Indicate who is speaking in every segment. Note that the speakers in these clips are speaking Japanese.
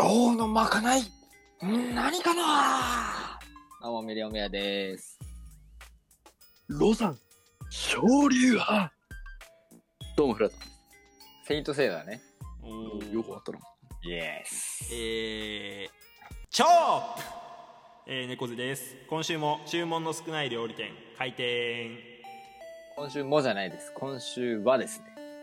Speaker 1: 今日のまかない何かな。どうもミリオメアです。
Speaker 2: ロザン昇竜派。どうもフラタン。
Speaker 1: セイントセイだね。
Speaker 2: よくわったな。
Speaker 1: イエス。
Speaker 3: チョープ猫背です。今週も注文の少ない料理店開店。
Speaker 1: 今週もじゃないです。今週はですね。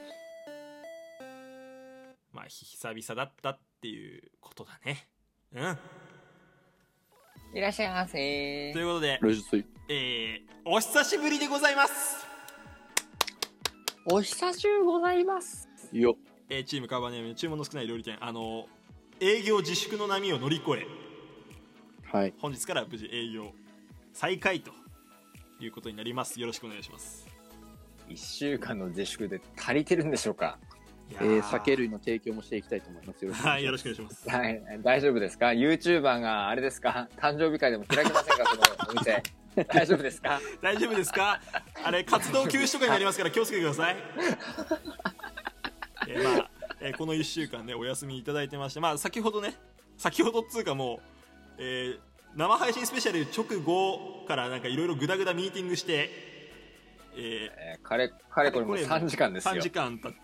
Speaker 3: まあ久々だったっていうことだね。うん。
Speaker 1: いらっしゃいませ。
Speaker 3: ということで、
Speaker 2: レジスイ。
Speaker 3: お久しぶりでございます。
Speaker 1: お久しゅうございます。
Speaker 2: よ。
Speaker 3: チームカバーネーム注文の少ない料理店、営業自粛の波を乗り越え、
Speaker 2: はい。
Speaker 3: 本日から無事営業再開ということになります。よろしくお願いします。
Speaker 1: 1週間の自粛で足りてるんでしょうか。
Speaker 3: いやー
Speaker 2: 酒類の提供もしていきたいと思いますよ。
Speaker 3: はい、よろしくお願いします。
Speaker 1: はい、大丈夫ですか。 YouTuber があれですか、誕生日会でも開きませんか、そのお店。大丈夫ですか。
Speaker 3: 大丈夫ですか。あれ活動休止とかになりますから気をつけてください。この1週間ねお休みいただいてまして、まあ先ほどっつうかもう、生配信スペシャル直後からなんかいろいろグダグダミーティングして、
Speaker 1: かれこれもう3時間ですよ。
Speaker 3: 3時間経って、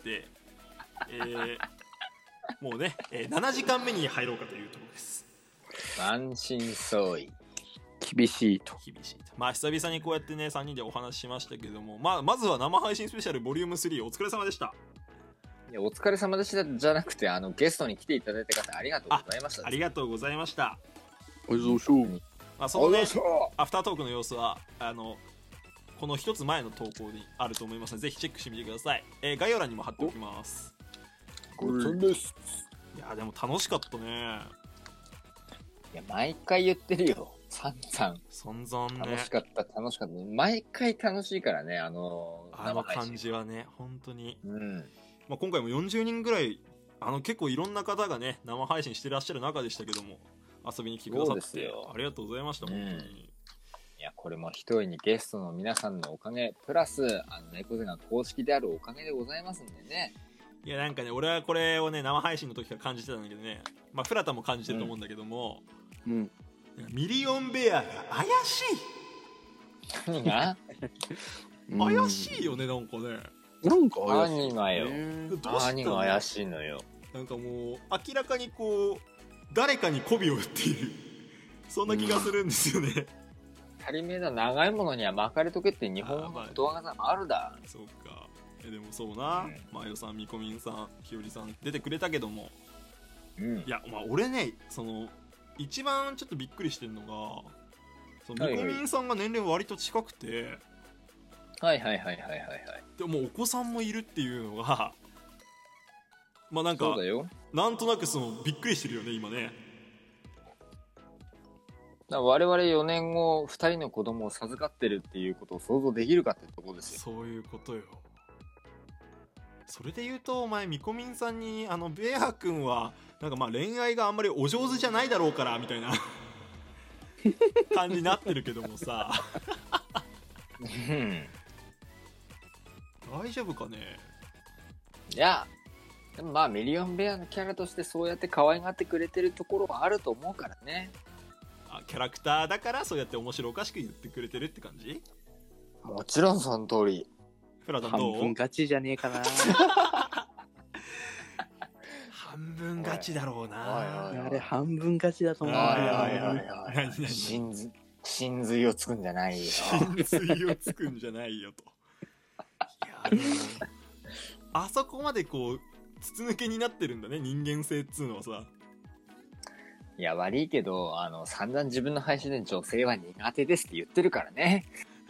Speaker 3: もうね、7時間目に入ろうかというところです。
Speaker 1: 満身創痍。
Speaker 2: 厳しいと。
Speaker 3: まあ久々にこうやってね3人でお話ししましたけども、まずは生配信スペシャルボリューム3お疲れ様でした。
Speaker 1: いやお疲れ様でしたじゃなくて、ゲストに来ていただいた方ありがとうございました。
Speaker 3: ありがとうございました。
Speaker 2: おいしそう。
Speaker 3: まあ、そのねアフタートークの様子はこの一つ前の投稿にあると思いますので、ぜひチェックしてみてください。概要欄にも貼っておきます。
Speaker 2: ごちそうです。
Speaker 3: いやでも楽しかったね。
Speaker 1: いや毎回言ってるよ、散々
Speaker 3: ね。
Speaker 1: 楽しかった毎回楽しいからね、
Speaker 3: 感じはね本当に、
Speaker 1: ま
Speaker 3: あ、今回も40人ぐらい結構いろんな方がね生配信してらっしゃる中でしたけども、遊びに来てくださってありがとうございました。本当に、
Speaker 1: いやこれも一重にゲストの皆さんのおかげプラス猫背が公式であるおかげでございますんでね。
Speaker 3: いやなんかね俺はこれをね生配信の時から感じてたんだけどね、まあフラタも感じてると思うんだけども、ミリオンベアが怪しい。
Speaker 1: 何が
Speaker 3: 怪しいよね、なんかね。
Speaker 2: なんか怪しい。
Speaker 1: 何がよ。何が怪しいのよ。
Speaker 3: なんかもう明らかにこう誰かに媚びを売っているそんな気がするんですよね。
Speaker 1: 足りめえだ、長いものには巻かれとけって日本のことわざあるだ。
Speaker 3: そうか。でもそうな、マヨさん、みこみんさん、ひよりさん出てくれたけども、いやまあ俺ね一番ちょっとびっくりしてるのが、みこみんさんが年齢割と近くて、でもお子さんもいるっていうのがまあなんかなんとなくびっくりしてるよね今ね。
Speaker 1: 我々4年後2人の子供を授かってるっていうことを想像できるかってとこですよ。
Speaker 3: そういうことよ。それで言うとお前みこみんさんにベア君はなんかまあ恋愛があんまりお上手じゃないだろうからみたいな感じになってるけどもさ大丈夫かね。
Speaker 1: いやでもまあミリオンベアのキャラとしてそうやって可愛がってくれてるところはあると思うからね。
Speaker 3: キャラクターだからそうやって面白おかしく言ってくれてるって感じ。
Speaker 1: もちろんその通り。
Speaker 3: フラダンどう？
Speaker 2: 半分勝ちじゃねえかな。
Speaker 3: 半分勝ちだろうな。
Speaker 2: あれ半分勝ちだと思う。
Speaker 1: 真髄をつくんじゃないよ。
Speaker 3: 真髄をつくんじゃないよと。いやでもあそこまでこう筒抜けになってるんだね、人間性っつうのはさ。
Speaker 1: いや悪いけど散々自分の配信で女性は苦手ですって言ってるからね。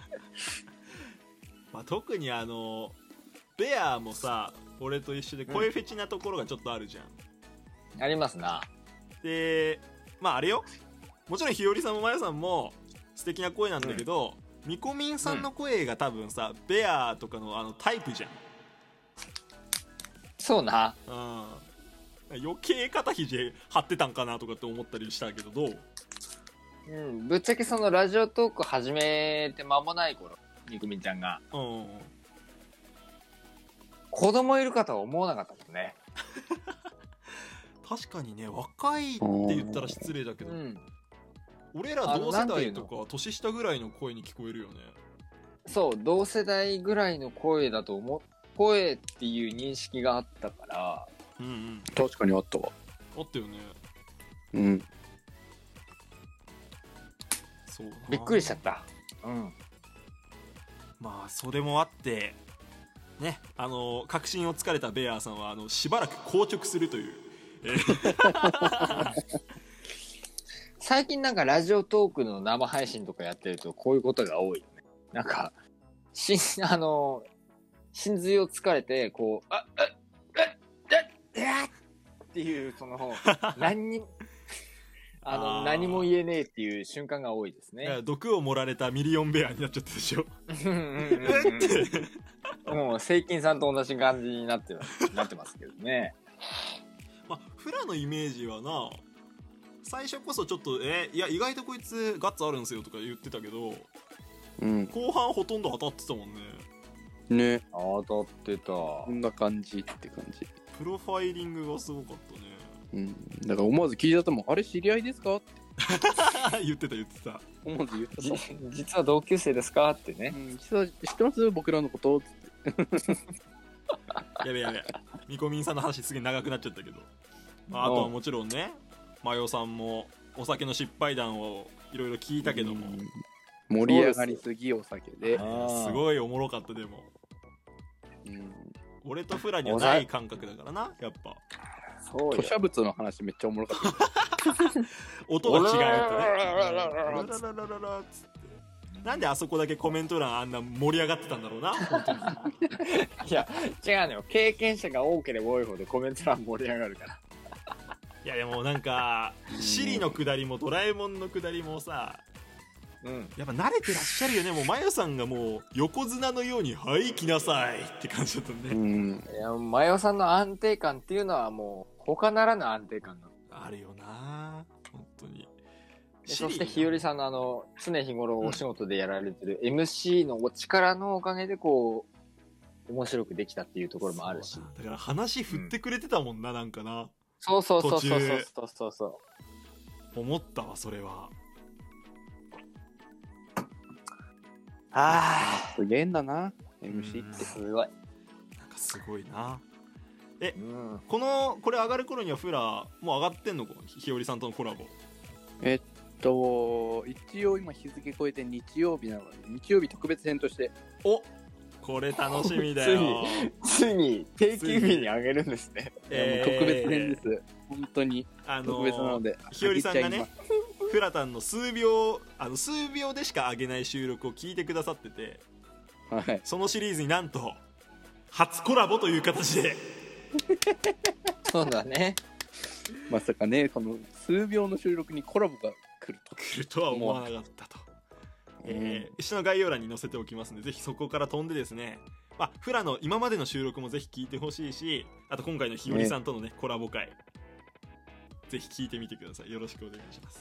Speaker 3: まあ特にベアもさ俺と一緒で声フェチなところがちょっとあるじゃん。
Speaker 1: ありますな。
Speaker 3: でまああれよ、もちろんひよりさんもまやさんも素敵な声なんだけど、みこみんさんの声が多分さ、ベアとかのタイプじゃん。
Speaker 1: そうな。
Speaker 3: 余計肩肘張ってたんかなとかって思ったりしたけどどう？
Speaker 1: ぶっちゃけそのラジオトーク始めて間もない頃、みこみんちゃんが、子供いるかとは思わなかったもんね。
Speaker 3: 確かにね、若いって言ったら失礼だけど、俺ら同世代とか年下ぐらいの声に聞こえるよね。
Speaker 1: そう同世代ぐらいの声だと声っていう認識があったから。
Speaker 2: 確かにあったわ。
Speaker 3: あったよね。そう
Speaker 1: びっくりしちゃった。
Speaker 3: まあそれもあってね、確信をつかれたベアーさんはしばらく硬直するという、
Speaker 1: 最近なんかラジオトークの生配信とかやってるとこういうことが多いよね。なんか心髄をつかれてこうっていうその何も言えねえっていう瞬間が多いですね。
Speaker 3: 毒を盛られたミリオンベアになっちゃったでしょ。
Speaker 1: もうセイキンさんと同じ感じになってますけどね。
Speaker 3: まあフラのイメージはな、最初こそちょっといや意外とこいつガッツあるんですよとか言ってたけど、後半ほとんど当たってたもんね。
Speaker 2: ね、
Speaker 1: 当たってた。こ
Speaker 2: んな感じって感じ。
Speaker 3: プロファイリングがすごかったね。
Speaker 2: だから思わず聞いちゃったもん。あれ知り合いですかって
Speaker 3: 言ってた
Speaker 2: 思わず言ってた。
Speaker 1: 実は同級生ですかってね。
Speaker 2: 実は知ってます僕らのことって。
Speaker 3: やべみこみんさんの話すげえ長くなっちゃったけど、あとはもちろんね、マヨさんもお酒の失敗談をいろいろ聞いたけども、
Speaker 2: 盛り上がりすぎお酒で、
Speaker 3: すごいおもろかった。でも俺とフラにはない感覚だからな、やっぱ。
Speaker 2: そうよ。吐物の話めっちゃおもろかった。
Speaker 3: 音が違うとね。なんであそこだけコメント欄あんな盛り上がってたんだろうな、本当に。
Speaker 1: いや違うのよ、経験者が多ければ多いほどコメント欄盛り上がるから。
Speaker 3: いやでもなんかシリのくだりもドラえもんのくだりもさ、やっぱ慣れてらっしゃるよね。もうマヨさんがもう横綱のように「はい来なさい」って感じだったね。
Speaker 1: いやマヨさんの安定感っていうのはもう他ならぬ安定感
Speaker 3: あるよな本当に。
Speaker 1: そして日和さんの常日頃お仕事でやられてる MC のお力のおかげでこう面白くできたっていうところもあるし、
Speaker 3: だから話振ってくれてたもんな、なんかな。
Speaker 1: そう思
Speaker 3: ったわそれは。
Speaker 2: すげえんだな MC って。
Speaker 1: すごい、
Speaker 3: なんかすごいな。これ上がる頃にはフラもう上がってんのか、日和さんとのコラボ。
Speaker 2: 一応今日付超えて日曜日なので、日曜日特別編として。
Speaker 3: これ楽しみだよ。
Speaker 1: ついに定休日に上げるんですね。
Speaker 2: もう特別編です。本当に特別なので。
Speaker 3: 日和さんがね、フラタンの数秒でしか上げない収録を聞いてくださってて、そのシリーズになんと初コラボという形で。
Speaker 1: そうだね。
Speaker 2: まさかね、この数秒の収録にコラボが来
Speaker 3: るとは思わなかったと。下の概要欄に載せておきますので、ぜひそこから飛んでですね、フラの今までの収録もぜひ聞いてほしいし、あと今回の日和さんとのね、コラボ会ぜひ聞いてみてください。よろしくお願いします。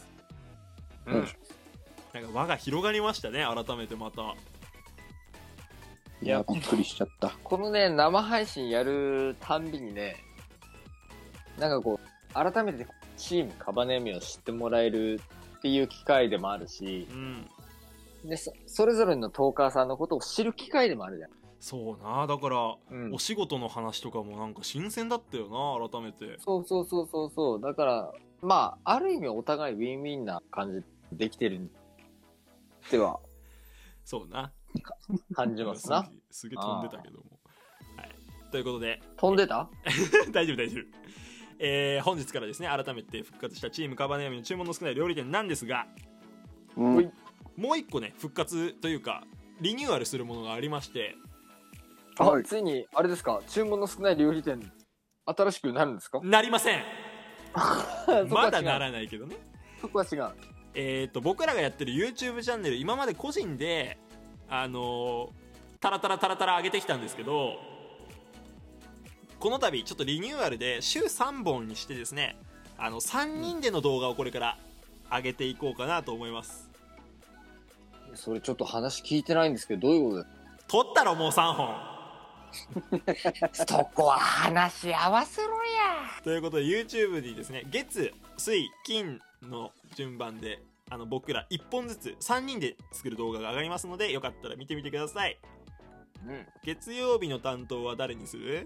Speaker 3: なんか輪が広がりましたね、改めてまた。
Speaker 2: いやびっくりしちゃった。
Speaker 1: このね生配信やるたんびにね、なんかこう改めてチームカバネミを知ってもらえるっていう機会でもあるし、で それぞれのトーカーさんのことを知る機会でもあるじゃん。
Speaker 3: そうな、だから、お仕事の話とかもなんか新鮮だったよな、改めて。
Speaker 1: そうだからまあある意味お互いウィンウィンな感じできてるでは
Speaker 3: そうな
Speaker 1: 感じますな。
Speaker 3: すげえ飛んでたけども、ということで
Speaker 1: 飛んでた
Speaker 3: 大丈夫本日からですね、改めて復活したチームカバネヤミの注文の少ない料理店なんですが、もう一個ね復活というかリニューアルするものがありまして、
Speaker 1: ついにあれですか、注文の少ない料理店新しくなるんですか？
Speaker 3: なりません。まだならないけどね。
Speaker 1: そこは違う。
Speaker 3: 僕らがやってる YouTube チャンネル、今まで個人でタラタラ上げてきたんですけど、この度ちょっとリニューアルで週3本にしてですね、3人での動画をこれから上げていこうかなと思います。
Speaker 1: それちょっと話聞いてないんですけど、どういうことですか？
Speaker 3: 撮ったろもう3本。
Speaker 1: そこは話し合わせろ
Speaker 3: ということで YouTube にですね、月水金の順番で僕ら1本ずつ3人で作る動画が上がりますので、よかったら見てみてください。月曜日の担当は誰にする？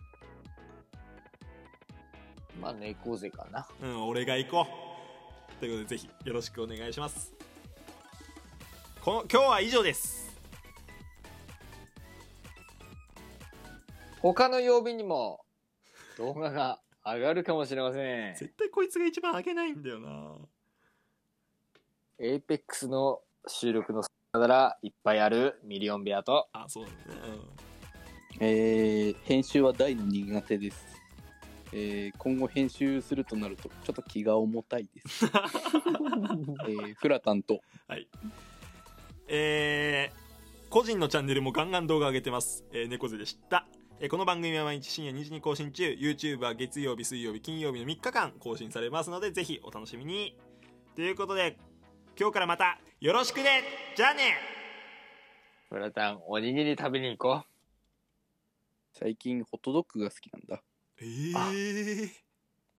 Speaker 1: まあ猫背かな。
Speaker 3: 俺が行こうということで、ぜひよろしくお願いします。今日は以上です。
Speaker 1: 他の曜日にも動画が上がるかもしれません。
Speaker 3: 絶対こいつが一番上げないんだよな。
Speaker 1: エイペックスの収録のならいっぱいあるミリオンベアと。
Speaker 3: そうだね。
Speaker 2: 編集は大の苦手です。今後編集するとなるとちょっと気が重たいです。フラタンと。
Speaker 3: はい。個人のチャンネルもガンガン動画上げてます。猫背でした。この番組は毎日深夜2時に更新中。 YouTube は月曜日、水曜日、金曜日の3日間更新されますので、ぜひお楽しみに。ということで、今日からまたよろしくね。じゃあね。
Speaker 1: フラタン、おにぎり食べに行こう。
Speaker 2: 最近ホットドッグが好きなんだ。